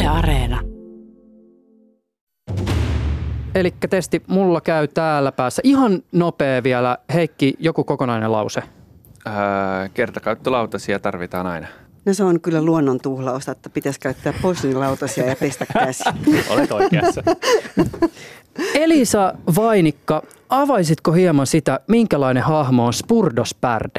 Yle Areena. Elikkä testi mulla käy täällä päässä. Ihan nopea vielä. Heikki, joku kokonainen lause. Kertakäyttölautasia tarvitaan aina. No se on kyllä luonnon tuhlausta, että pitäisi käyttää posliinilautasia ja pestä käsi. Olet oikeassa. Elisa Vainikka, avaisitko hieman sitä, minkälainen hahmo on Spurdos Pärde?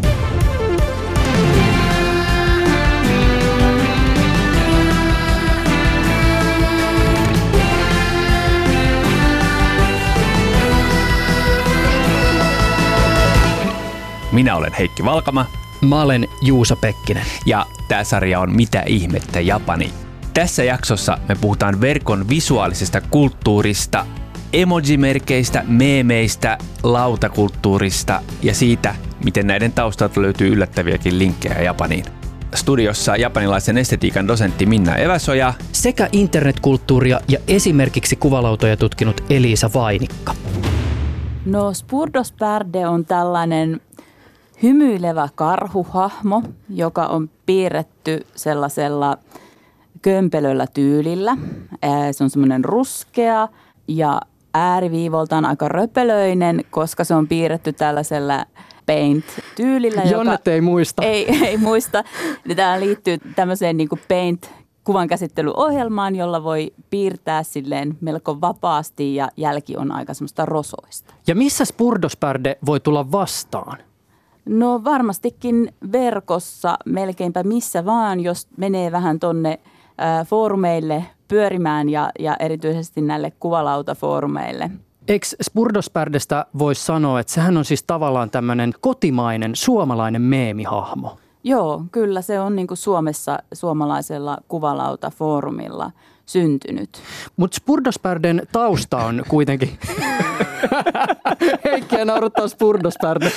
Minä olen Heikki Valkama. Mä olen Juuso Pekkinen. Ja tämä sarja on Mitä ihmettä Japani. Tässä jaksossa me puhutaan verkon visuaalisesta kulttuurista, emojimerkeistä, meemeistä, lautakulttuurista ja siitä, miten näiden taustalta löytyy yllättäviäkin linkkejä Japaniin. Studiossa japanilaisen estetiikan dosentti Minna Eväsoja sekä internetkulttuuria ja esimerkiksi kuvalautoja tutkinut Elisa Vainikka. No Spurdos Pärde on tällainen hymyilevä karhuhahmo, joka on piirretty sellaisella kömpelöllä tyylillä. Se on semmoinen ruskea ja ääriviivoltaan aika röpelöinen, koska se on piirretty tällaisella paint-tyylillä. Jonnet ei muista. Ei muista. Tämä liittyy tämmöiseen niin kuin paint-kuvan käsittelyohjelmaan, jolla voi piirtää silleen melko vapaasti ja jälki on aika semmoista rosoista. Ja missä Spurdos Pärde voi tulla vastaan? No varmastikin verkossa melkeinpä missä vaan, jos menee vähän tonne foorumeille pyörimään ja erityisesti näille kuvalautafoorumeille. Eikö Spurdos Pärdestä voisi sanoa, että sehän on siis tavallaan tämmöinen kotimainen suomalainen meemihahmo? Joo, kyllä se on niin kuin Suomessa suomalaisella kuvalautafoorumilla syntynyt. Mutta Spurdos Pärden tausta on kuitenkin... Heikkiä naurattaa Spurdos Pärde.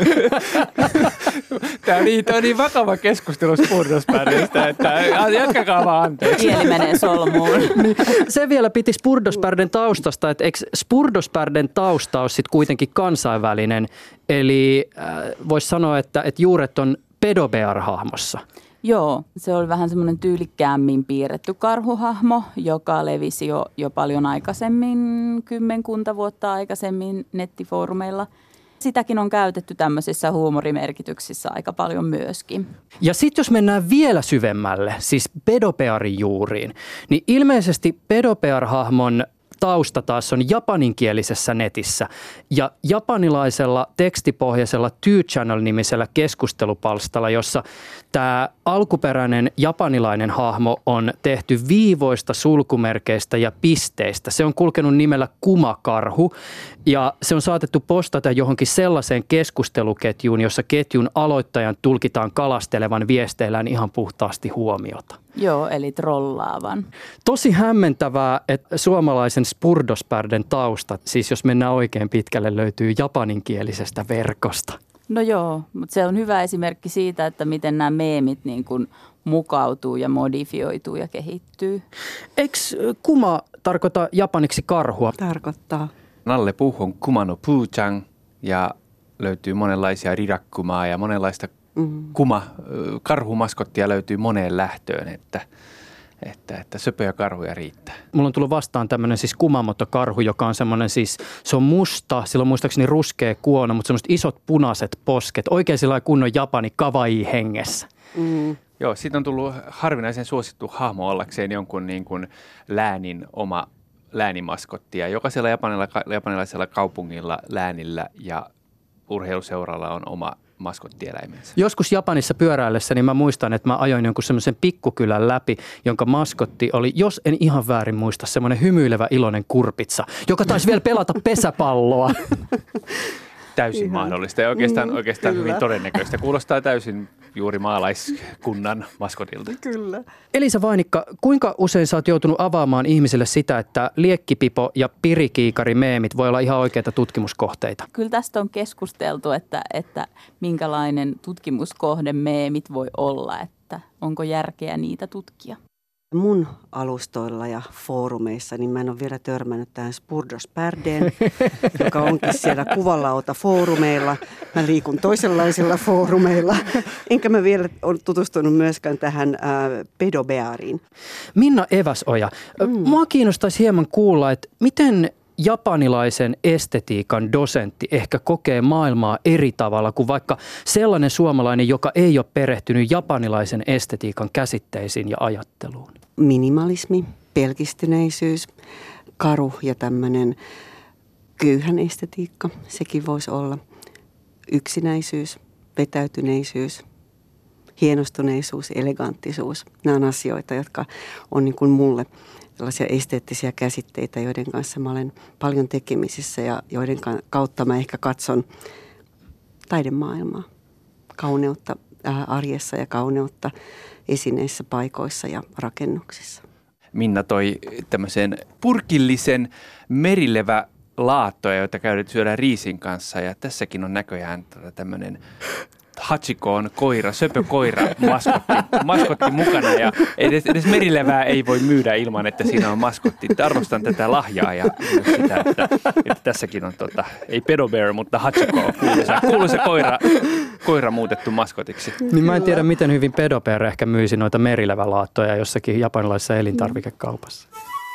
Tämä on niin vakava keskustelu Spurdos Pärdestä, että jatkakaa vaan anteeksi. Kieli menee solmuun. Niin, se vielä piti Spurdos Pärden taustasta, että eikö Spurdos Pärden tausta ole sitten kuitenkin kansainvälinen? Eli voisi sanoa, että juuret on Pedobear-hahmossa. Joo, se oli vähän semmoinen tyylikkäämmin piirretty karhuhahmo, joka levisi jo paljon aikaisemmin, kymmenkunta vuotta aikaisemmin nettifoorumeilla. Sitäkin on käytetty tämmöisissä huumorimerkityksissä aika paljon myöskin. Ja sitten jos mennään vielä syvemmälle, siis Pedobearin juuriin, niin ilmeisesti Pedobear-hahmon tausta taas on japaninkielisessä netissä ja japanilaisella tekstipohjaisella 2Channel-nimisellä keskustelupalstalla, jossa tämä alkuperäinen japanilainen hahmo on tehty viivoista, sulkumerkeistä ja pisteistä. Se on kulkenut nimellä Kumakarhu ja se on saatettu postata johonkin sellaiseen keskusteluketjuun, jossa ketjun aloittajan tulkitaan kalastelevan viesteillään ihan puhtaasti huomiota. Joo, eli trollaavan. Tosi hämmentävää, että suomalaisen Spurdos Pärden tausta, siis jos mennään oikein pitkälle, löytyy japaninkielisestä verkosta. No joo, mutta se on hyvä esimerkki siitä, että miten nämä meemit niin kuin mukautuu ja modifioituu ja kehittyy. Eikö kuma tarkoita japaniksi karhua? Tarkoittaa. Nalle Puh on Kumano Puchang ja löytyy monenlaisia rirakkumaa ja monenlaista karhumaskottia löytyy moneen lähtöön, että söpöjä karhuja riittää. Mulla on tullut vastaan tämmöinen siis Kumamoto-karhu, joka on semmoinen siis, se on musta, sillä on muistaakseni ruskea kuono, mutta semmoiset isot punaiset posket, oikein sillä kunnon japani kawaii hengessä. Joo, siitä on tullut harvinaisen suosittu hahmo ollakseen jonkun niin kuin läänin oma läänimaskotti ja jokaisella japanilaisella kaupungilla, läänillä ja urheiluseuralla on oma maskottieläimensä. Joskus Japanissa pyöräillessä, niin mä muistan, että mä ajoin jonkun semmoisen pikkukylän läpi, jonka maskotti oli, jos en ihan väärin muista, semmoinen hymyilevä iloinen kurpitsa, joka taisi vielä pelata pesäpalloa. Täysin mahdollista ja oikeastaan hyvin todennäköistä. Kuulostaa täysin juuri maalaiskunnan maskotilta. Kyllä. Elisa Vainikka, kuinka usein sä oot joutunut avaamaan ihmisille sitä, että liekkipipo ja pirikiikari meemit voi olla ihan oikeita tutkimuskohteita? Kyllä tästä on keskusteltu, että minkälainen tutkimuskohde meemit voi olla, että onko järkeä niitä tutkia. Mun alustoilla ja foorumeissa, niin mä en ole vielä törmännyt tähän Spurdos-pärdeen, joka onkin siellä kuvanlauta-foorumeilla. Mä liikun toisenlaisilla foorumeilla, enkä mä vielä ole tutustunut myöskään tähän pedobeariin. Minna Eväsoja, mua kiinnostaisi hieman kuulla, että miten japanilaisen estetiikan dosentti ehkä kokee maailmaa eri tavalla kuin vaikka sellainen suomalainen, joka ei ole perehtynyt japanilaisen estetiikan käsitteisiin ja ajatteluun. Minimalismi, pelkistyneisyys, karu ja tämmöinen köyhän estetiikka, sekin voisi olla. Yksinäisyys, vetäytyneisyys, hienostuneisuus, eleganttisuus. Nämä on asioita, jotka on niin kuin mulle tällaisia esteettisiä käsitteitä, joiden kanssa mä olen paljon tekemisissä ja joiden kautta mä ehkä katson taidemaailmaa, kauneutta arjessa ja kauneutta esineissä, paikoissa ja rakennuksissa. Minna toi tämmöisen purkillisen merilevä-laattoja, joita syödään riisin kanssa ja tässäkin on näköjään tämmöinen Hachikoon koira, söpökoira, maskotti mukana ja edes merilevää ei voi myydä ilman, että siinä on maskotti. Arvostan tätä lahjaa ja sitä, että tässäkin on ei pedobear, mutta Hachiko, kuuluisa koira muutettu maskotiksi. Niin mä en tiedä, miten hyvin pedobear ehkä myisi noita merilevälaattoja jossakin japanilaisessa elintarvikekaupassa.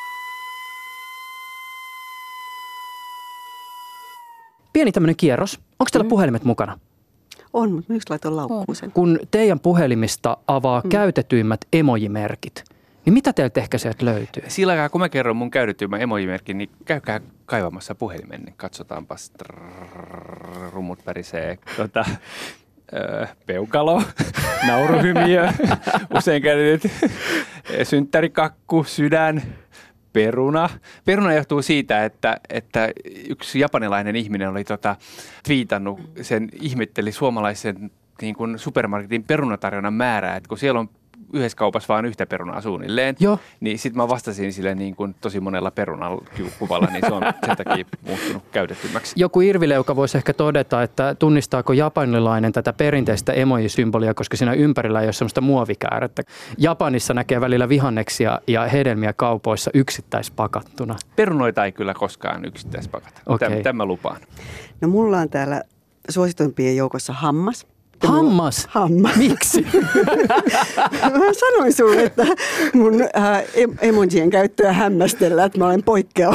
Pieni tämmöinen kierros. Onko teillä puhelimet mukana? On, mutta yksi laitoin laukkuun sen. Kun teidän puhelimista avaa käytetyimmät emojimerkit, niin mitä teiltä ehkä sieltä löytyy? Sillä aikaa, kun mä kerron mun käytetyimmän emojimerkin, niin käykää kaivamassa puhelimen, niin katsotaanpas. Rummut pärisee. Peukalo, nauruhymiö, usein käytetyt synttärikakku, sydän, peruna. Peruna johtuu siitä, että yksi japanilainen ihminen oli twiitannut, sen ihmetteli suomalaisen niin kuin supermarketin perunatarjonnan määrää, että kun siellä on yhdessä kaupassa vaan yhtä perunaa suunnilleen, niin sitten mä vastasin sille niin kuin tosi monella perunakuvalla, niin se on sen takia muuttunut käytettymmäksi. Joku irvileuka voisi ehkä todeta, että tunnistaako japanilainen tätä perinteistä emojisymbolia, koska siinä ympärillä ei ole sellaista muovikäärettä. Japanissa näkee välillä vihanneksia ja hedelmiä kaupoissa yksittäispakattuna. Perunoita ei kyllä koskaan yksittäispakata. Okay. Tämä lupaan. No mulla on täällä suosituimpien joukossa hammas. Hammas? Hammas. Miksi? Mä sanoin sulle, että mun emojien käyttöä hämmästellään, että mä olen poikkeava.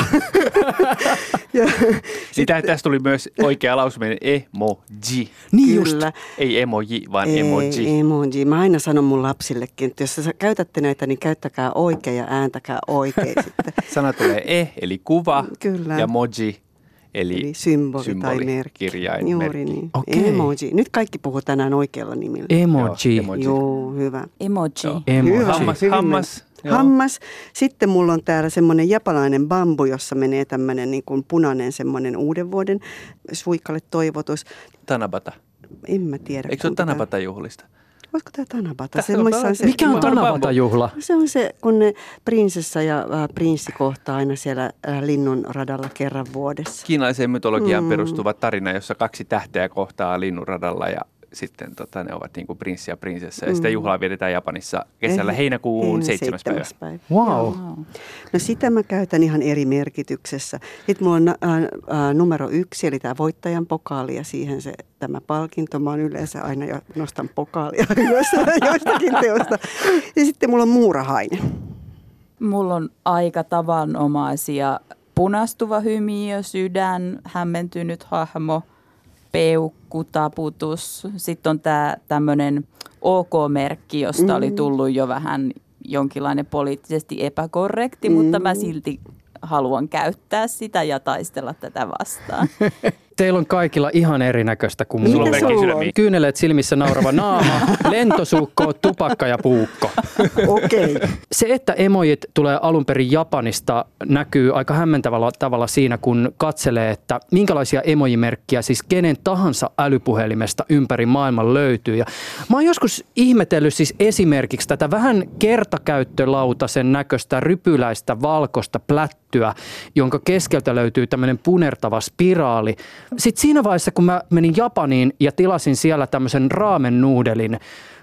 Tästä tuli myös oikea lausuminen emoji. Niin Kyllä. just. Ei emoji, vaan emoji. Emoji. Mä aina sanon mun lapsillekin, että jos käytätte näitä, niin käyttäkää oikein ja ääntäkää oikein sitten. Sana tulee eli kuva. Kyllä. Ja moji. Eli symboli tai merkki. Kirjain, Juuri merkki. niin. Okay. Emoji. Nyt kaikki puhuu tänään oikealla nimellä. Emoji. Joo, hyvä. Emoji. Emoji. Hammas. Hammas. Sitten mulla on täällä semmoinen japanilainen bambu, jossa menee tämmöinen niin kuin punainen semmoinen uuden vuoden suikalle toivotus. Tanabata. En mä tiedä. Eikö se ole Tanabata-juhlista? Olisiko tämä Tanabata? Mikä on Tanabata-juhla? Se on se, kun ne prinsessa ja prinssi kohtaa aina siellä linnunradalla kerran vuodessa. Kiinalaiseen mytologiaan perustuva tarina, jossa kaksi tähteä kohtaa linnunradalla ja sitten ne ovat niin kuin prinssi ja prinsessa. Ja sitä juhlaa vietetään Japanissa kesällä heinäkuun 7. päivä. Wow. No sitä mä käytän ihan eri merkityksessä. Sitten mulla on numero 1, eli tämä voittajan pokaali ja siihen tämä palkinto. Mä oon yleensä aina nostan pokaalia joistakin teosta. Ja sitten mulla on muurahainen. Mulla on aika tavanomaisia punastuva hymiö, sydän, hämmentynyt hahmo, peukku, taputus. Sitten on tämmöinen OK-merkki, josta oli tullut jo vähän jonkinlainen poliittisesti epäkorrekti, mutta mä silti haluan käyttää sitä ja taistella tätä vastaan. Teillä on kaikilla ihan erinäköistä kuin Mitä mulla. sulla on? Kyyneleet silmissä naurava naama, lentosuukko, tupakka ja puukko. Okei. Se, että emojit tulee alun perin Japanista, näkyy aika hämmentävällä tavalla siinä, kun katselee, että minkälaisia emojimerkkiä siis kenen tahansa älypuhelimesta ympäri maailman löytyy. Ja mä oon joskus ihmetellyt siis esimerkiksi tätä vähän kertakäyttölautasen näköistä rypyläistä valkoista plättyä, jonka keskeltä löytyy tämmöinen punertava spiraali. Sitten siinä vaiheessa, kun mä menin Japaniin ja tilasin siellä tämmöisen ramen nuudelin,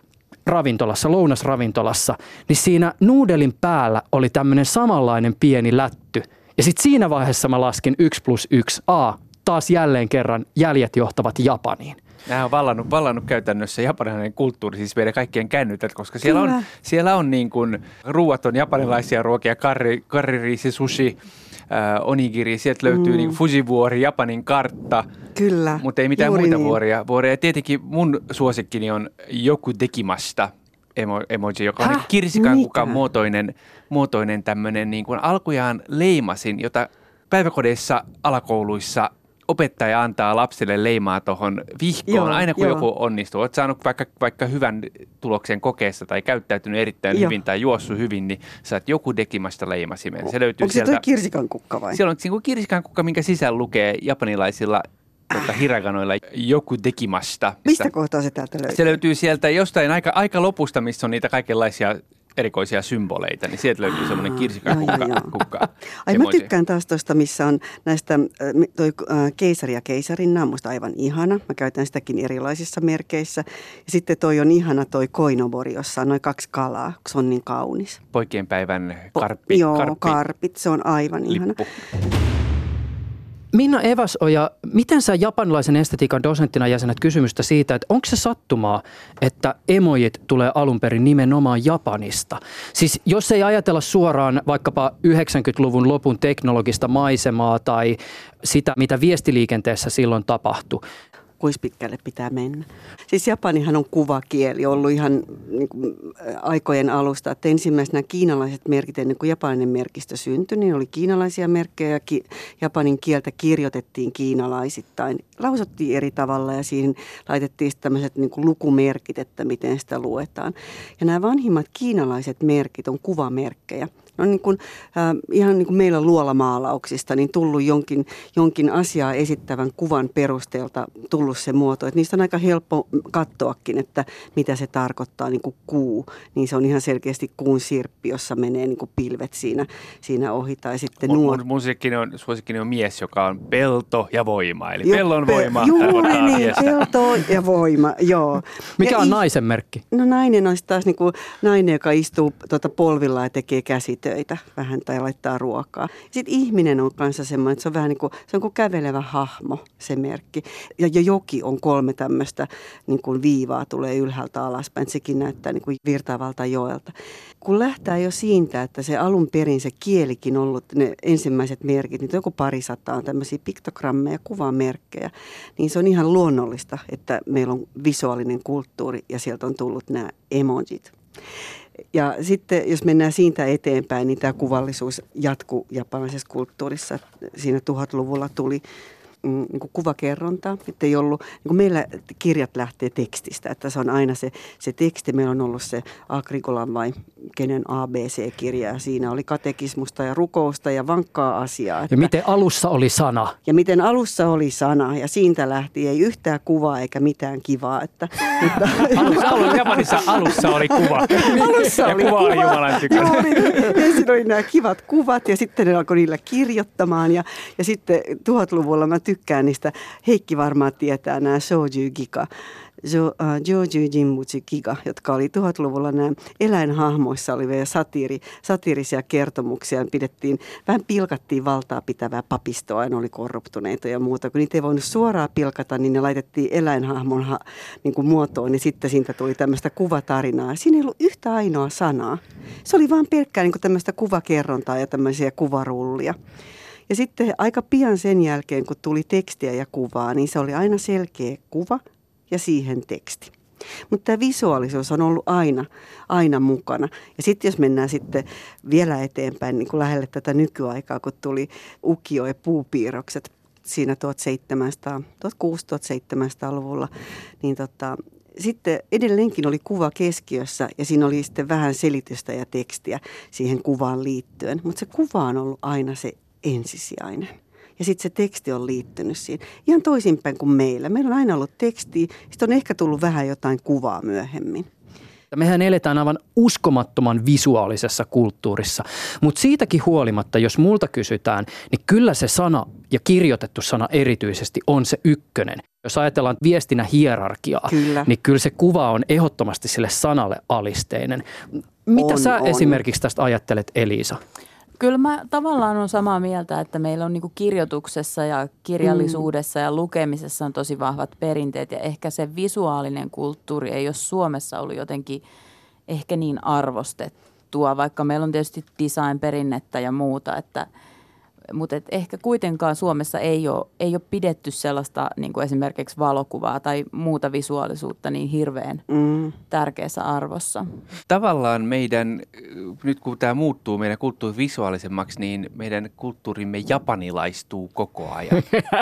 ravintolassa, lounasravintolassa, niin siinä nuudelin päällä oli tämmöinen samanlainen pieni lätty. Ja sitten siinä vaiheessa mä laskin 1+1. Taas jälleen kerran jäljet johtavat Japaniin. Nämä on vallannut käytännössä japanilainen kulttuuri, siis meidän kaikkien kännytät, koska siellä on niin kuin, ruuat on japanilaisia ruokia, karririisi, sushi, onigiri, sieltä löytyy niin kuin Fujivuori, Japanin kartta. Kyllä. Mutta ei mitään muita vuoria. Ja tietenkin mun suosikkini on Yoku Dekimasta emoji, joka on kirsikankukan muotoinen tämmöinen niin kuin alkujaan leimasin, jota päiväkodeissa, alakouluissa opettaja antaa lapsille leimaa tuohon vihkoon, aina kun joku onnistuu. Olet saanut vaikka hyvän tuloksen kokeessa tai käyttäytynyt erittäin hyvin tai juossut hyvin, niin saat joku Dekimasta leimasimen. Se löytyy onko se tuo kirsikankukka vai? Siellä on niin kirsikankukka, minkä sisällä lukee japanilaisilla hiraganoilla Yoku Dekimasta. Mistä kohtaa se täältä löytyy? Se löytyy sieltä jostain aika lopusta, missä on niitä kaikenlaisia erikoisia symboleita, niin sieltä löytyy semmoinen kirsikkakukka. Ai mä tykkään taas tuosta, missä on näistä, toi keisari ja keisarinna on musta aivan ihana. Mä käytän sitäkin erilaisissa merkeissä. Ja sitten toi on ihana toi koinobori, jossa on noin 2 kalaa, kun se on niin kaunis. Poikienpäivän karpit, se on aivan ihana. Minna Evasoja, miten sä japanilaisen estetiikan dosenttina jäsenet kysymystä siitä, että onko se sattumaa, että emojit tulee alun perin nimenomaan Japanista? Siis jos ei ajatella suoraan vaikkapa 90-luvun lopun teknologista maisemaa tai sitä, mitä viestiliikenteessä silloin tapahtui. Kuinka pitkälle pitää mennä. Siis Japanihan on kuvakieli ollut ihan niin kuin aikojen alusta, että ensimmäisenä kiinalaiset merkit, ennen kuin japanilainen merkistö syntyi, niin oli kiinalaisia merkkejä ja japanin kieltä kirjoitettiin kiinalaisittain. Lausuttiin eri tavalla ja siihen laitettiin tämmöiset niin kuin lukumerkit, että miten sitä luetaan. Ja nämä vanhimmat kiinalaiset merkit on kuvamerkkejä. No niin kuin, ihan niin kuin meillä luolamaalauksista, niin tullut jonkin asiaa esittävän kuvan perusteelta tullut se muoto. Että niistä on aika helppo katsoakin, että mitä se tarkoittaa, niin kuin kuu. Niin se on ihan selkeästi kuun sirppi, jossa menee niin kuin pilvet siinä ohi. Tai sitten mun suosikkini on mies, joka on pelto ja voima. Eli pellon voima. Juuri niin, pelto ja voima, joo. Mikä on naisen merkki? No nainen on taas niin kuin nainen, joka istuu polvilla ja tekee käsitöitä vähän tai laittaa ruokaa. Sitten ihminen on kanssa semmoinen, että se on vähän niin kuin, se on kuin kävelevä hahmo, se merkki. Ja joki on 3 tämmöistä niin kuin viivaa tulee ylhäältä alaspäin, sekin näyttää niin kuin virtaavalta joelta. Kun lähtee jo siitä, että se alun perin se kielikin ollut ne ensimmäiset merkit, niin joku 200 on tämmöisiä piktogrammeja, kuvamerkkejä, niin se on ihan luonnollista, että meillä on visuaalinen kulttuuri ja sieltä on tullut nämä emojit. Ja sitten jos mennään siitä eteenpäin, niin tämä kuvallisuus jatkuu japanilaisessa kulttuurissa. Siinä 1000-luvulla tuli niin kuin kuvakerrontaa, että ei ollut, niin kuin meillä kirjat lähtee tekstistä, että se on aina se teksti. Meillä on ollut se Agricolan vai kenen ABC-kirja ja siinä oli katekismusta ja rukousta ja vankkaa asiaa. Että, ja miten alussa oli sana. Ja siitä lähti ei yhtään kuvaa eikä mitään kivaa. Että Japanissa alussa oli kuva. Alussa ja oli kuva oli Jumalan tykönä. Ensin oli nämä kivat kuvat ja sitten ne alkoi niillä kirjoittamaan ja sitten 1000-luvulla mä tykkään niistä. Heikki varmaan tietää nämä shouju giga. Joju Jinbutsu Giga, jotka oli 1000-luvulla nämä eläinhahmoissa oli vielä satiirisia kertomuksia. Vähän pilkattiin valtaa pitävää papistoa ja ne oli korruptuneita ja muuta. Kun niitä ei voinut suoraan pilkata, niin ne laitettiin eläinhahmon niin kuin muotoon, niin sitten siitä tuli tämmöistä kuvatarinaa. Ja siinä ei ollut yhtä ainoa sanaa. Se oli vaan pelkkää niin kuin tämmöistä kuvakerrontaa ja tämmöisiä kuvarullia. Ja sitten aika pian sen jälkeen, kun tuli tekstiä ja kuvaa, niin se oli aina selkeä kuva ja siihen teksti. Mutta tämä visuaalisuus on ollut aina mukana. Ja sitten jos mennään sitten vielä eteenpäin niin kuin lähelle tätä nykyaikaa, kun tuli ukio- ja puupiirrokset siinä 1600-1700-luvulla, niin sitten edelleenkin oli kuva keskiössä ja siinä oli sitten vähän selitystä ja tekstiä siihen kuvaan liittyen. Mutta se kuva on ollut aina se ensisijainen. Ja sitten se teksti on liittynyt siihen. Ihan toisinpäin kuin meillä. Meillä on aina ollut tekstiä, sitten on ehkä tullut vähän jotain kuvaa myöhemmin. Mehän eletään aivan uskomattoman visuaalisessa kulttuurissa, mutta siitäkin huolimatta, jos multa kysytään, niin kyllä se sana ja kirjoitettu sana erityisesti on se ykkönen. Jos ajatellaan viestinnän hierarkiaa, niin kyllä se kuva on ehdottomasti sille sanalle alisteinen. Mitä sä esimerkiksi tästä ajattelet, Elisa? Kyllä mä tavallaan on samaa mieltä, että meillä on niin kuin kirjoituksessa ja kirjallisuudessa ja lukemisessa on tosi vahvat perinteet ja ehkä se visuaalinen kulttuuri ei ole Suomessa ollut jotenkin ehkä niin arvostettua, vaikka meillä on tietysti design-perinnettä ja muuta, mutta ehkä kuitenkaan Suomessa ei ole pidetty sellaista niin kuin esimerkiksi valokuvaa tai muuta visuaalisuutta niin hirveän tärkeässä arvossa. Tavallaan nyt kun tämä muuttuu meidän kulttuuri visuaalisemmaksi, niin meidän kulttuurimme japanilaistuu koko ajan.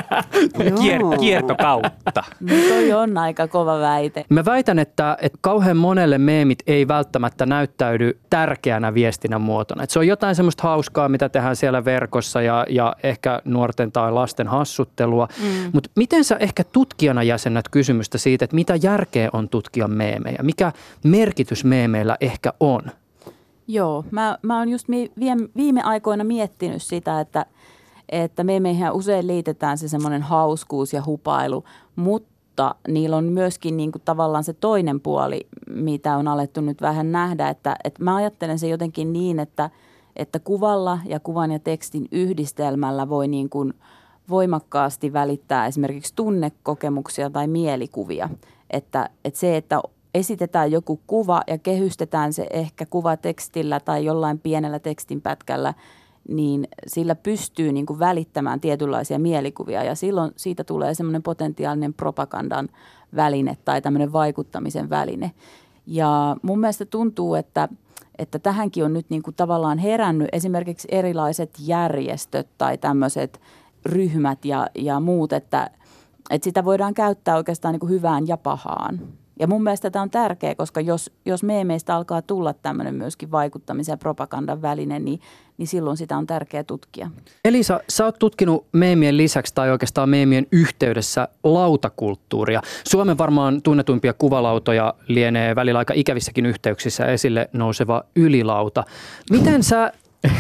Kiertokautta. No toi on aika kova väite. Mä väitän, että kauhean monelle meemit ei välttämättä näyttäydy tärkeänä viestinnän muotona. Että se on jotain semmoista hauskaa, mitä tehdään siellä verkossa ja ehkä nuorten tai lasten hassuttelua. Mutta miten sä ehkä tutkijana jäsennät kysymystä siitä, että mitä järkeä on tutkia meemejä? Mikä merkitys meemeillä ehkä on? Joo, mä oon just viime aikoina miettinyt sitä, että meemeihin usein liitetään se semmoinen hauskuus ja hupailu, mutta niillä on myöskin niin kuin tavallaan se toinen puoli, mitä on alettu nyt vähän nähdä, että mä ajattelen se jotenkin niin, että kuvalla ja kuvan ja tekstin yhdistelmällä voi niin kuin voimakkaasti välittää esimerkiksi tunnekokemuksia tai mielikuvia. Että se, että esitetään joku kuva ja kehystetään se ehkä kuvatekstillä tai jollain pienellä tekstinpätkällä, niin sillä pystyy niin kuin välittämään tietynlaisia mielikuvia ja silloin siitä tulee semmoinen potentiaalinen propagandan väline tai tämmöinen vaikuttamisen väline. Ja mun mielestä tuntuu, että tähänkin on nyt niin kuin tavallaan herännyt esimerkiksi erilaiset järjestöt tai tämmöiset ryhmät ja muut, että sitä voidaan käyttää oikeastaan niin kuin hyvään ja pahaan. Ja mun mielestä tämä on tärkeä, koska jos meemeistä alkaa tulla tämmöinen myöskin vaikuttamisen ja propagandan väline, niin silloin sitä on tärkeää tutkia. Elisa, sä oot tutkinut meemien lisäksi tai oikeastaan meemien yhteydessä lautakulttuuria. Suomen varmaan tunnetuimpia kuvalautoja lienee välillä aika ikävissäkin yhteyksissä esille nouseva ylilauta. Miten sä...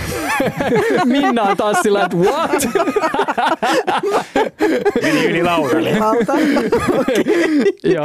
Minna on taas sillä, että what? Ylilauta. Joo.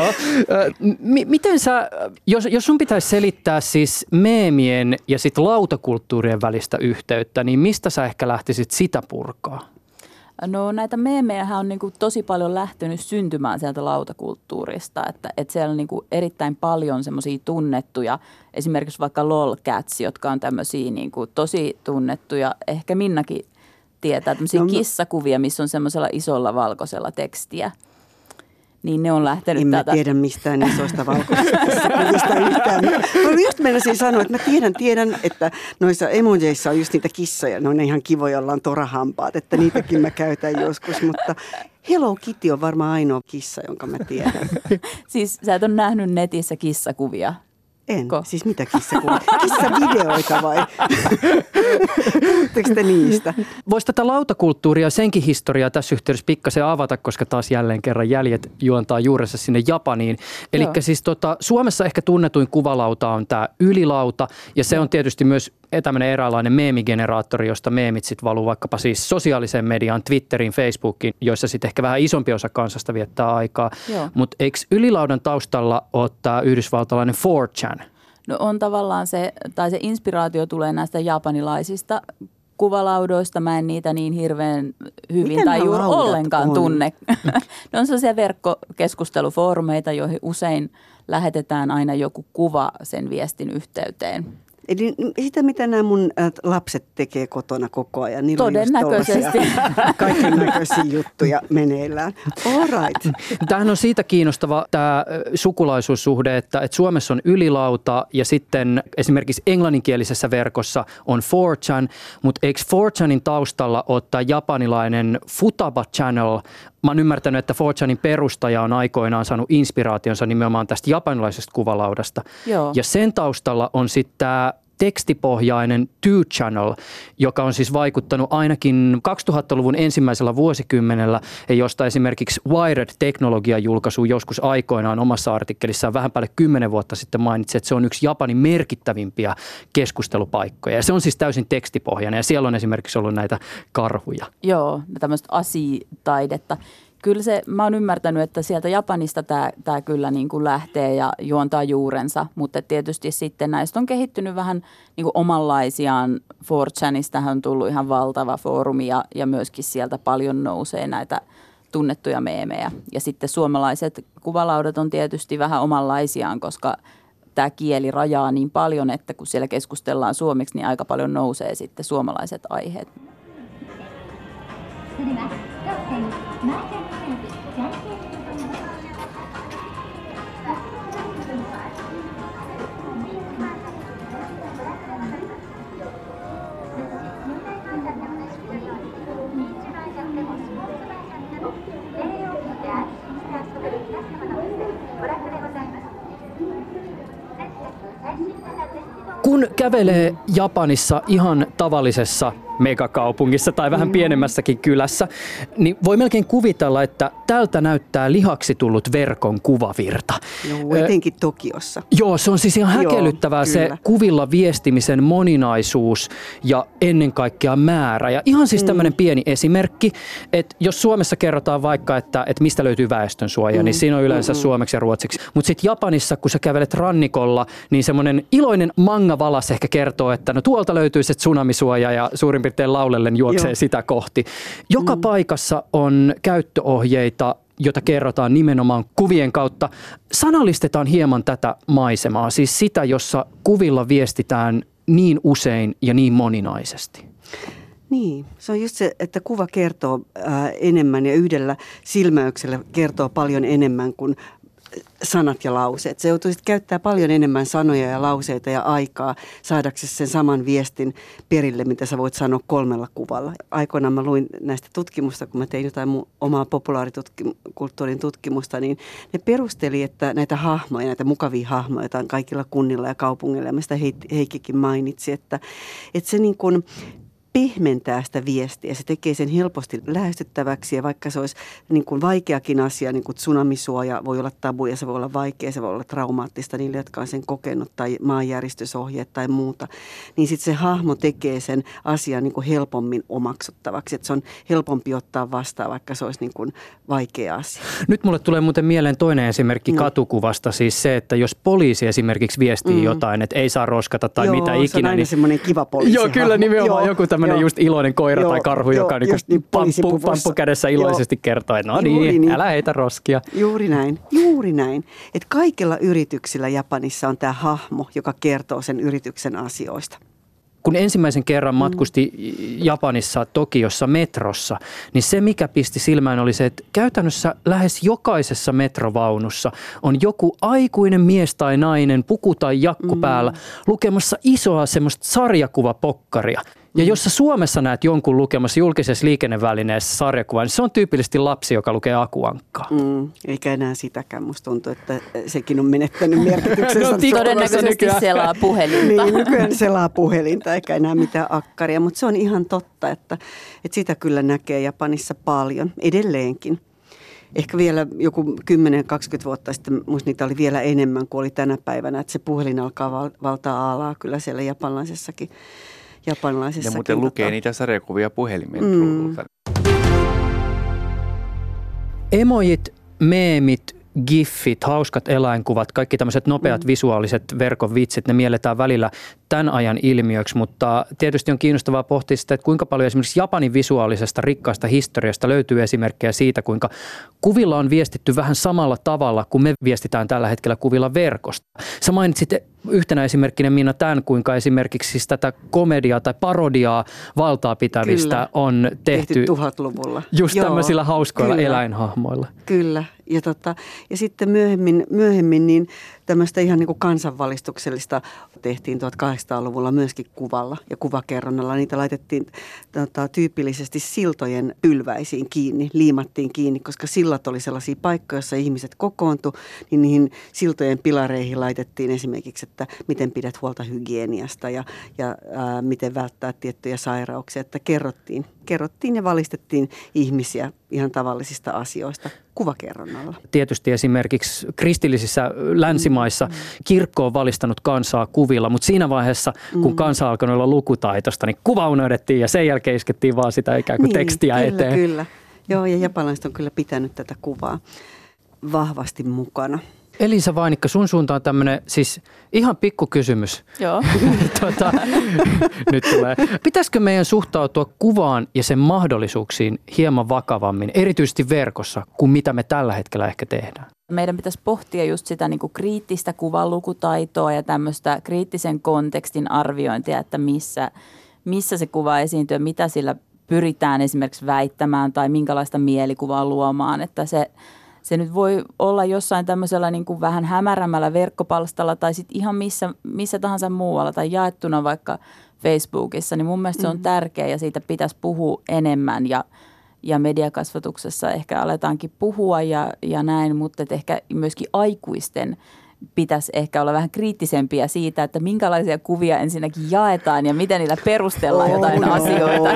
Miten sä, jos sun pitäisi selittää siis meemien ja sit lautakulttuurien välistä yhteyttä, niin mistä sä ehkä lähtisit sitä purkaa? No näitä meemejähän on niin kuin tosi paljon lähtenyt syntymään sieltä lautakulttuurista, että siellä on niin kuin erittäin paljon semmoisia tunnettuja, esimerkiksi vaikka lolcats, jotka on tämmöisiä niin kuin tosi tunnettuja, ehkä Minnakin tietää, tämmöisiä kissakuvia, missä on semmoisella isolla valkoisella tekstiä. Niin ne on lähtenyt en mä tiedä mistään isoista valkoisista kuvista yhtään. Mä just meinasin sanoa, että mä tiedän, että noissa emojeissa on just niitä kissoja. Ne on ihan kivoja, joilla on torahampaat, että niitäkin mä käytän joskus. Mutta Hello Kitty on varmaan ainoa kissa, jonka mä tiedän. Siis sä et ole nähnyt netissä kissakuvia? En. Siis mitä kissakuvia? Kissavideoita vai? Puhutteko te niistä? Voisi tätä lautakulttuuria ja senkin historiaa tässä yhteydessä pikkasen avata, koska taas jälleen kerran jäljet juontaa juurensa sinne Japaniin. Eli siis Suomessa ehkä tunnetuin kuvalauta on tämä ylilauta ja se on tietysti myös tämmöinen eräänlainen meemigeneraattori, josta meemit sitten valuu vaikkapa siis sosiaaliseen mediaan, Twitteriin, Facebookiin, joissa sitten ehkä vähän isompi osa kansasta viettää aikaa. Mutta eikö ylilaudan taustalla ole tämä yhdysvaltalainen 4chan? No on tavallaan se inspiraatio tulee näistä japanilaisista kuvalaudoista. Mä en niitä niin hirveän hyvin miten tai juuri ollenkaan on? Tunne. Ne on sellaisia verkkokeskustelufoorumeita, joihin usein lähetetään aina joku kuva sen viestin yhteyteen. Eli sitä, mitä nämä mun lapset tekee kotona koko ajan. Niillä todennäköisesti. Kaiken näköisiä juttuja meneillään. All right. Tämähän on siitä kiinnostava tämä sukulaisuussuhde, että Suomessa on ylilauta ja sitten esimerkiksi englanninkielisessä verkossa on 4chan, mutta eikö 4chanin taustalla ole tämä japanilainen Futaba Channel? Mä oon ymmärtänyt, että 4chanin perustaja on aikoinaan saanut inspiraationsa nimenomaan tästä japanilaisesta kuvalaudasta. Joo. Ja sen taustalla on sitten tämä tekstipohjainen 2Channel, joka on siis vaikuttanut ainakin 2000-luvun ensimmäisellä vuosikymmenellä ja josta esimerkiksi Wired-teknologian julkaisu joskus aikoinaan omassa artikkelissaan vähän päälle 10 vuotta sitten mainitsi, että se on yksi Japanin merkittävimpiä keskustelupaikkoja. Ja se on siis täysin tekstipohjainen ja siellä on esimerkiksi ollut näitä karhuja. Joo, tämmöistä asitaidetta. Kyllä mä oon ymmärtänyt, että sieltä Japanista tämä kyllä niin kuin lähtee ja juontaa juurensa, mutta tietysti sitten näistä on kehittynyt vähän niin kuin omanlaisiaan. 4chanista on tullut ihan valtava foorumi ja myöskin sieltä paljon nousee näitä tunnettuja meemejä. Ja sitten suomalaiset kuvalaudat on tietysti vähän omanlaisiaan, koska tämä kieli rajaa niin paljon, että kun siellä keskustellaan suomeksi, niin aika paljon nousee sitten suomalaiset aiheet. Kun kävelee Japanissa ihan tavallisessa megakaupungissa tai vähän pienemmässäkin kylässä, niin voi melkein kuvitella, että tältä näyttää lihaksi tullut verkon kuvavirta. Joo, etenkin Tokiossa. Joo, se on siis ihan häkellyttävää se kuvilla viestimisen moninaisuus ja ennen kaikkea määrä. Ja ihan siis tämmöinen pieni esimerkki, että jos Suomessa kerrotaan vaikka, että mistä löytyy väestönsuoja, niin siinä on yleensä suomeksi ja ruotsiksi. Mutta sitten Japanissa, kun sä kävelet rannikolla, niin semmoinen iloinen mangavalas ehkä kertoo, että no tuolta löytyy se tsunamisuoja ja suurin piirtein laulellen juoksee sitä kohti. Joka paikassa on käyttöohjeita, jota kerrotaan nimenomaan kuvien kautta. Sanallistetaan hieman tätä maisemaa, siis sitä, jossa kuvilla viestitään niin usein ja niin moninaisesti. Niin, se on just se, että kuva kertoo enemmän ja yhdellä silmäyksellä kertoo paljon enemmän kuin sanat ja lauseet. Se joutuu käyttää paljon enemmän sanoja ja lauseita ja aikaa saadaksesi sen saman viestin perille, mitä sä voit sanoa 3 kuvalla. Aikoinaan mä luin näistä tutkimusta, kun mä tein jotain omaa populaarikulttuurin tutkimusta, niin ne perusteli, että näitä hahmoja, näitä mukavia hahmoja, joita on kaikilla kunnilla ja kaupungeilla, ja mistä Heikkikin mainitsi, että se niin kuin pehmentää sitä viestiä. Se tekee sen helposti lähestyttäväksi ja vaikka se olisi niin kuin vaikeakin asia, niin kuin tsunamisuoja voi olla tabu ja se voi olla vaikea, se voi olla traumaattista niille, jotka on sen kokenut tai maanjäristysohjeet tai muuta, niin sitten se hahmo tekee sen asian niin kuin helpommin omaksuttavaksi. Että se on helpompi ottaa vastaan, vaikka se olisi niin kuin vaikea asia. Nyt mulle tulee muuten mieleen toinen esimerkki katukuvasta, siis se, että jos poliisi esimerkiksi viestii jotain, että ei saa roskata tai mitä ikinä. Se on aina semmoinen kiva poliisi. Joo, kyllä nimenomaan joku tämmöinen just iloinen koira tai karhu, joka niin pamppu kädessä iloisesti kertoo, että no niin, älä heitä roskia. Juuri näin. Että kaikilla yrityksillä Japanissa on tämä hahmo, joka kertoo sen yrityksen asioista. Kun ensimmäisen kerran matkusti Japanissa Tokiossa metrossa, niin se mikä pisti silmään oli se, että käytännössä lähes jokaisessa metrovaunussa on joku aikuinen mies tai nainen, puku tai jakku päällä, lukemassa isoa semmoista sarjakuvapokkaria. Ja jos sä Suomessa näet jonkun lukemassa julkisessa liikennevälineessä sarjakuvaa, niin se on tyypillisesti lapsi, joka lukee Aku-Ankkaa. Eikä enää sitäkään. Musta tuntuu, että sekin on menettänyt merkityksensä. Todennäköisesti selaa puhelinta. Niin, nykyään selaa puhelinta eikä enää mitään akkaria. Mutta se on ihan totta, että sitä kyllä näkee Japanissa paljon edelleenkin. Ehkä vielä joku 10-20 vuotta sitten, musta niitä oli vielä enemmän kuin oli tänä päivänä. Että se puhelin alkaa valtaa alaa kyllä siellä japanilaisessakin. Ja muuten lukee niitä sarjakuvia puhelimen. Emojit, meemit, giffit, hauskat eläinkuvat, kaikki tämmöiset nopeat visuaaliset verkon vitsit, ne mielletään välillä tämän ajan ilmiöksi, mutta tietysti on kiinnostavaa pohtia sitä, että kuinka paljon esimerkiksi Japanin visuaalisesta rikkaasta historiasta löytyy esimerkkejä siitä, kuinka kuvilla on viestitty vähän samalla tavalla kuin me viestitään tällä hetkellä kuvilla verkosta. Sä mainitsit yhtenä esimerkkinä, Minna, tämän, kuinka esimerkiksi siis tätä komediaa tai parodiaa valtaa pitävistä on tehty 1000-luvulla. Just tämmöisillä hauskoilla eläinhahmoilla. Kyllä. Ja sitten myöhemmin niin tämmöistä ihan niin kuin kansanvalistuksellista tehtiin 1800-luvulla myöskin kuvalla ja kuvakerronnalla. Niitä laitettiin tyypillisesti siltojen pylväisiin kiinni, liimattiin kiinni, koska sillat oli sellaisia paikkoja, joissa ihmiset kokoontu, niin niihin siltojen pilareihin laitettiin esimerkiksi, että miten pidät huolta hygieniasta ja miten välttää tiettyjä sairauksia, että kerrottiin ja valistettiin ihmisiä ihan tavallisista asioista kuvakerronnalla. Tietysti esimerkiksi kristillisissä länsimaissa kirkko on valistanut kansaa kuvilla, mutta siinä vaiheessa, kun kansa alkoi olla lukutaitosta, niin kuva unohdettiin ja sen jälkeen iskettiin vaan sitä ikään kuin tekstiä eteen. Kyllä. Joo, ja japanilaiset on kyllä pitänyt tätä kuvaa vahvasti mukana. Elisa Vainikka, sun suuntaan tämmöinen siis ihan pikku kysymys. Joo. Nyt tulee. Pitäisikö meidän suhtautua kuvaan ja sen mahdollisuuksiin hieman vakavammin, erityisesti verkossa, kuin mitä me tällä hetkellä ehkä tehdään? Meidän pitäisi pohtia just sitä niin kuin kriittistä kuvanlukutaitoa ja tämmöistä kriittisen kontekstin arviointia, että missä se kuva esiintyy ja mitä sillä pyritään esimerkiksi väittämään tai minkälaista mielikuvaa luomaan, että se nyt voi olla jossain tämmöisellä niin kuin vähän hämärämällä verkkopalstalla tai sitten ihan missä tahansa muualla tai jaettuna vaikka Facebookissa, niin mun mielestä se on tärkeä ja siitä pitäisi puhua enemmän ja mediakasvatuksessa ehkä aletaankin puhua ja näin, mutta ehkä myöskin aikuisten pitäisi ehkä olla vähän kriittisempiä siitä, että minkälaisia kuvia ensinnäkin jaetaan ja miten niillä perustellaan jotain asioita.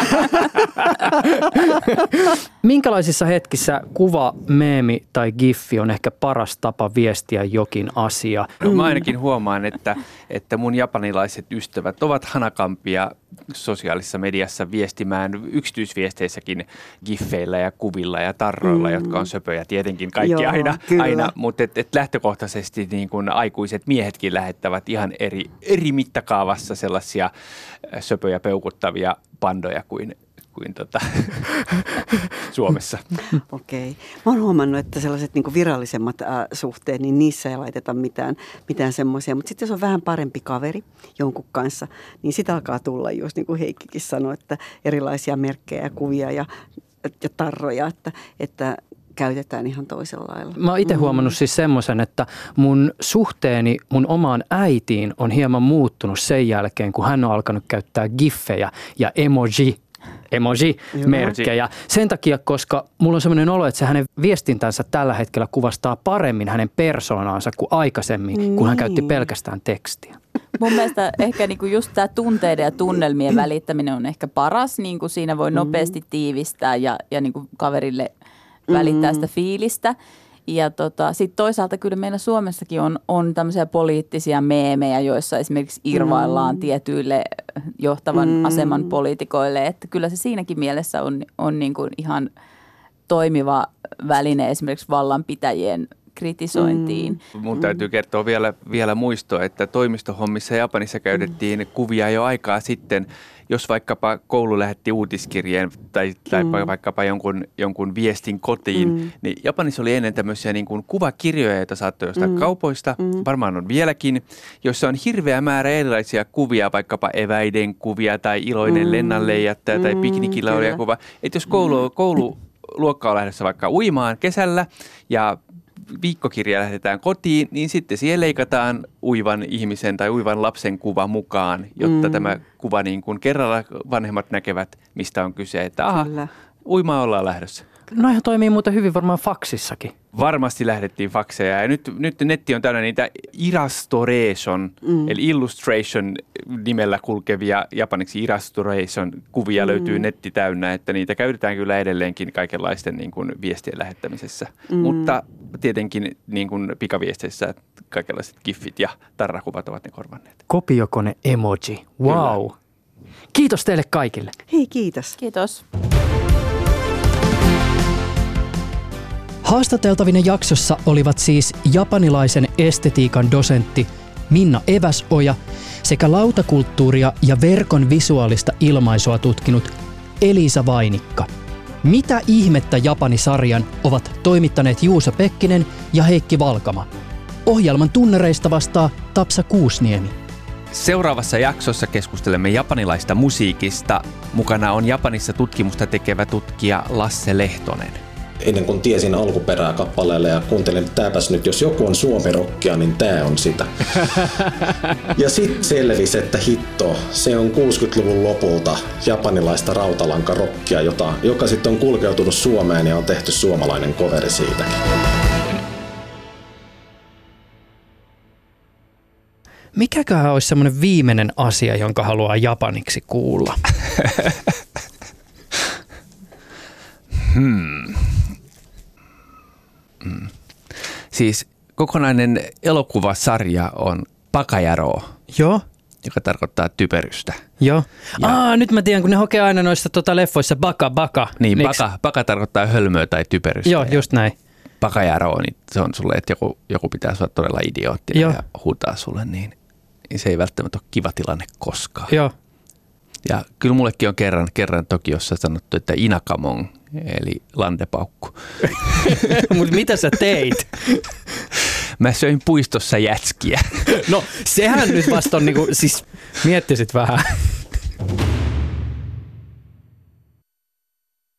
Minkälaisissa hetkissä kuva, meemi tai giffi on ehkä paras tapa viestiä jokin asia? No, mä ainakin huomaan, että mun japanilaiset ystävät ovat hanakampia sosiaalisessa mediassa viestimään yksityisviesteissäkin giffeillä ja kuvilla ja tarroilla, jotka on söpöjä tietenkin kaikki. Joo, aina, mutta lähtökohtaisesti niin kuin aikuiset miehetkin lähettävät ihan eri mittakaavassa sellaisia söpöjä peukuttavia pandoja kuin Suomessa. Okei. Mä oon huomannut, että sellaiset niin kuin virallisemmat suhteet, niin niissä ei laiteta mitään semmoisia. Mutta sitten jos on vähän parempi kaveri jonkun kanssa, niin sitä alkaa tulla just niin kuin Heikkikin sanoi, että erilaisia merkkejä ja kuvia ja tarroja, että käytetään ihan toisella lailla. Mä oon itse huomannut siis semmoisen, että mun suhteeni mun omaan äitiin on hieman muuttunut sen jälkeen, kun hän on alkanut käyttää giffejä ja emoji-merkkejä. Sen takia, koska mulla on semmoinen olo, että se hänen viestintänsä tällä hetkellä kuvastaa paremmin hänen persoonaansa kuin aikaisemmin, kun hän käytti pelkästään tekstiä. Mun mielestä ehkä niinku just tämä tunteiden ja tunnelmien välittäminen on ehkä paras. Niinku siinä voi nopeasti tiivistää ja niinku kaverille välittää sitä fiilistä. Ja sitten toisaalta kyllä meillä Suomessakin on tämmöisiä poliittisia meemejä, joissa esimerkiksi irvaillaan tietyille johtavan aseman poliitikoille. Että kyllä se siinäkin mielessä on niin kuin ihan toimiva väline esimerkiksi vallanpitäjien kritisointiin. Mun täytyy kertoa vielä muistoa, että toimistohommissa Japanissa käytettiin kuvia jo aikaa sitten. Jos vaikkapa koulu lähetti uutiskirjeen tai vaikkapa jonkun viestin kotiin, niin Japanissa oli ennen tämmöisiä niin kuin kuvakirjoja, joita saattoi jostain kaupoista, varmaan on vieläkin, jossa on hirveä määrä erilaisia kuvia, vaikkapa eväiden kuvia tai iloinen lennanleijättäjä tai piknikillä oleva kuva. Että jos koululuokka on lähdössä vaikka uimaan kesällä ja viikkokirja lähetetään kotiin, niin sitten siihen leikataan uivan ihmisen tai uivan lapsen kuva mukaan, jotta tämä kuva niin kuin kerralla vanhemmat näkevät, mistä on kyse, että uimaan ollaan lähdössä. Noihän toimii muuten hyvin varmaan faksissakin. Varmasti lähdettiin fakseja ja nyt netti on täynnä niitä Illustoration, eli Illustration nimellä kulkevia japaniksi Illustoration kuvia löytyy netti täynnä, että niitä käytetään kyllä edelleenkin kaikenlaisten niin kuin viestien lähettämisessä, mutta tietenkin niin kuin pikaviesteissä kaikenlaiset giffit ja tarrakuvat ovat ne korvanneet. Kopiokone emoji, wow. Kyllä. Kiitos teille kaikille. Hei, kiitos. Kiitos. Haastateltavina jaksossa olivat siis japanilaisen estetiikan dosentti Minna Eväsoja sekä lautakulttuuria ja verkon visuaalista ilmaisua tutkinut Elisa Vainikka. Mitä ihmettä Japani-sarjan ovat toimittaneet Juuso Pekkinen ja Heikki Valkama. Ohjelman tunnereista vastaa Tapsa Kuusniemi. Seuraavassa jaksossa keskustelemme japanilaista musiikista. Mukana on Japanissa tutkimusta tekevä tutkija Lasse Lehtonen. ennen kuin tiesin alkuperää kappaleelle ja kuuntelin, että tääpäs nyt, jos joku on suomirokkia, niin tää on sitä. Ja sitten selvisi, että hitto, se on 60-luvun lopulta japanilaista rautalankarokkia, joka sitten on kulkeutunut Suomeen ja on tehty suomalainen coveri siitäkin. Mikäköhän olisi semmoinen viimeinen asia, jonka haluaa japaniksi kuulla? Siis kokonainen elokuvasarja on Bakajaro, Joo. joka tarkoittaa typerystä. Joo. Nyt mä tiedän, kun ne hokee aina noissa leffoissa baka. Niin, baka tarkoittaa hölmöä tai typerystä. Joo, just näin. Bakajaro, niin se on sulle, että joku pitää olla todella idioottinen ja huutaa sulle, niin se ei välttämättä ole kiva tilanne koskaan. Joo. Ja kyllä mullekin on kerran Tokiossa sanottu, että inakamon, eli landepaukku. Mutta mitä sä teit? Mä söin puistossa jätskiä. No sehän nyt vasta on niinku, siis miettisit vähän.